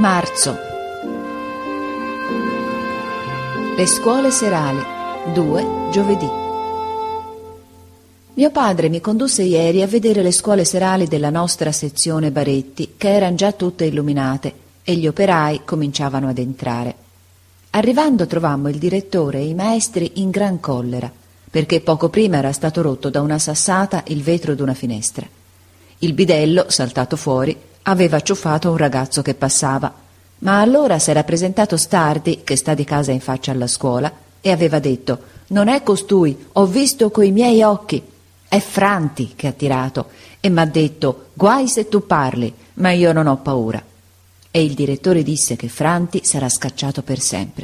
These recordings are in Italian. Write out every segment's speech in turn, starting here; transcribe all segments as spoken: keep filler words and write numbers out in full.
marzo. Le scuole serali, due giovedì. Mio padre mi condusse ieri a vedere le scuole serali della nostra sezione Baretti, che erano già tutte illuminate e gli operai cominciavano ad entrare. Arrivando trovammo il direttore e i maestri in gran collera, perché poco prima era stato rotto da una sassata il vetro d'una finestra. Il bidello, saltato fuori, aveva ciuffato un ragazzo che passava, ma allora s'era presentato Stardi, che sta di casa in faccia alla scuola, e aveva detto: «Non è costui, ho visto coi miei occhi, è Franti che ha tirato», e m'ha detto: «Guai se tu parli, ma io non ho paura». E il direttore disse che Franti sarà scacciato per sempre.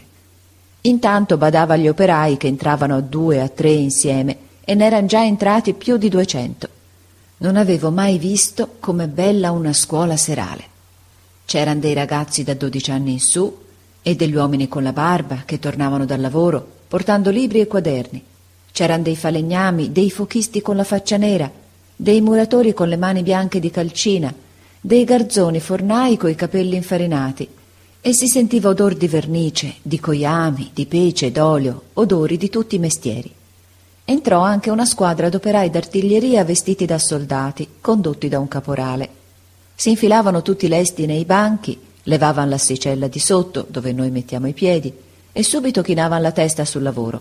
Intanto badava agli operai che entravano a due, a tre insieme, e n'eran già entrati più di duecento. Non avevo mai visto com'è bella una scuola serale. C'eran dei ragazzi da dodici anni in su e degli uomini con la barba che tornavano dal lavoro portando libri e quaderni. C'eran dei falegnami, dei fochisti con la faccia nera, dei muratori con le mani bianche di calcina, dei garzoni fornai coi capelli infarinati, e si sentiva odor di vernice, di coiami, di pece, d'olio, odori di tutti i mestieri. Entrò anche una squadra d'operai d'artiglieria vestiti da soldati, condotti da un caporale. Si infilavano tutti lesti nei banchi, levavan l'asticella di sotto, dove noi mettiamo i piedi, e subito chinavan la testa sul lavoro.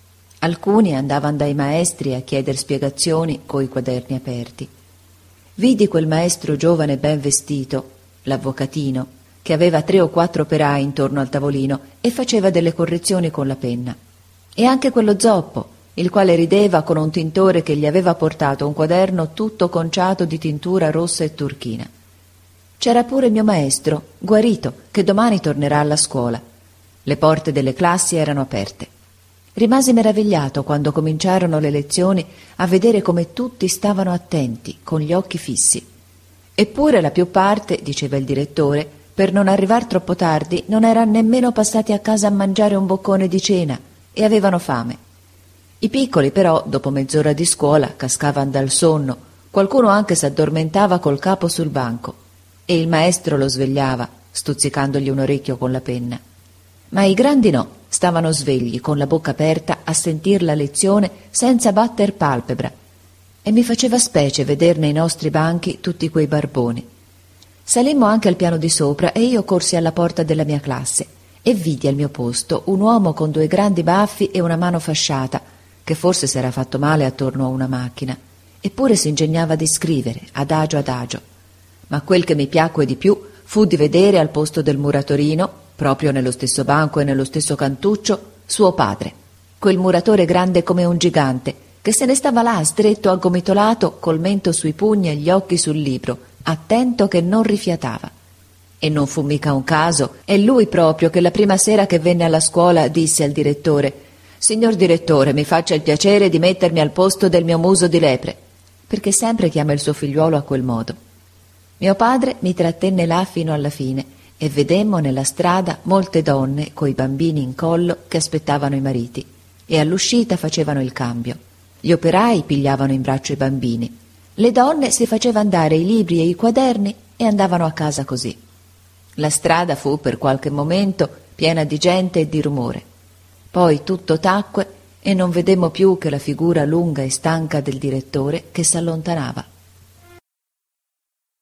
Alcuni andavan dai maestri a chieder spiegazioni coi quaderni aperti. Vidi quel maestro giovane ben vestito, l'avvocatino, che aveva tre o quattro operai intorno al tavolino e faceva delle correzioni con la penna. E anche quello zoppo, il quale rideva con un tintore che gli aveva portato un quaderno tutto conciato di tintura rossa e turchina. C'era pure mio maestro, guarito, che domani tornerà alla scuola. Le porte delle classi erano aperte. Rimasi meravigliato quando cominciarono le lezioni a vedere come tutti stavano attenti, con gli occhi fissi. Eppure la più parte, diceva il direttore, per non arrivar troppo tardi non eran nemmeno passati a casa a mangiare un boccone di cena e avevano fame. I piccoli però, dopo mezz'ora di scuola, cascavan dal sonno, qualcuno anche s'addormentava col capo sul banco, e il maestro lo svegliava, stuzzicandogli un orecchio con la penna. Ma i grandi no, stavano svegli, con la bocca aperta, a sentir la lezione senza batter palpebra, e mi faceva specie vedere nei nostri banchi tutti quei barboni. Salimmo anche al piano di sopra e io corsi alla porta della mia classe e vidi al mio posto un uomo con due grandi baffi e una mano fasciata, che forse s'era fatto male attorno a una macchina, eppure si ingegnava di scrivere, adagio adagio. Ma quel che mi piacque di più fu di vedere al posto del muratorino, proprio nello stesso banco e nello stesso cantuccio, suo padre, quel muratore grande come un gigante, che se ne stava là stretto aggomitolato, col mento sui pugni e gli occhi sul libro, attento che non rifiatava. E non fu mica un caso, è lui proprio che la prima sera che venne alla scuola disse al direttore: «Signor direttore, mi faccia il piacere di mettermi al posto del mio muso di lepre», perché sempre chiama il suo figliuolo a quel modo. Mio padre mi trattenne là fino alla fine e vedemmo nella strada molte donne coi bambini in collo che aspettavano i mariti e all'uscita facevano il cambio. Gli operai pigliavano in braccio i bambini, le donne si facevano dare i libri e i quaderni e andavano a casa così. La strada fu per qualche momento piena di gente e di rumore. Poi tutto tacque e non vedemmo più che la figura lunga e stanca del direttore che s'allontanava.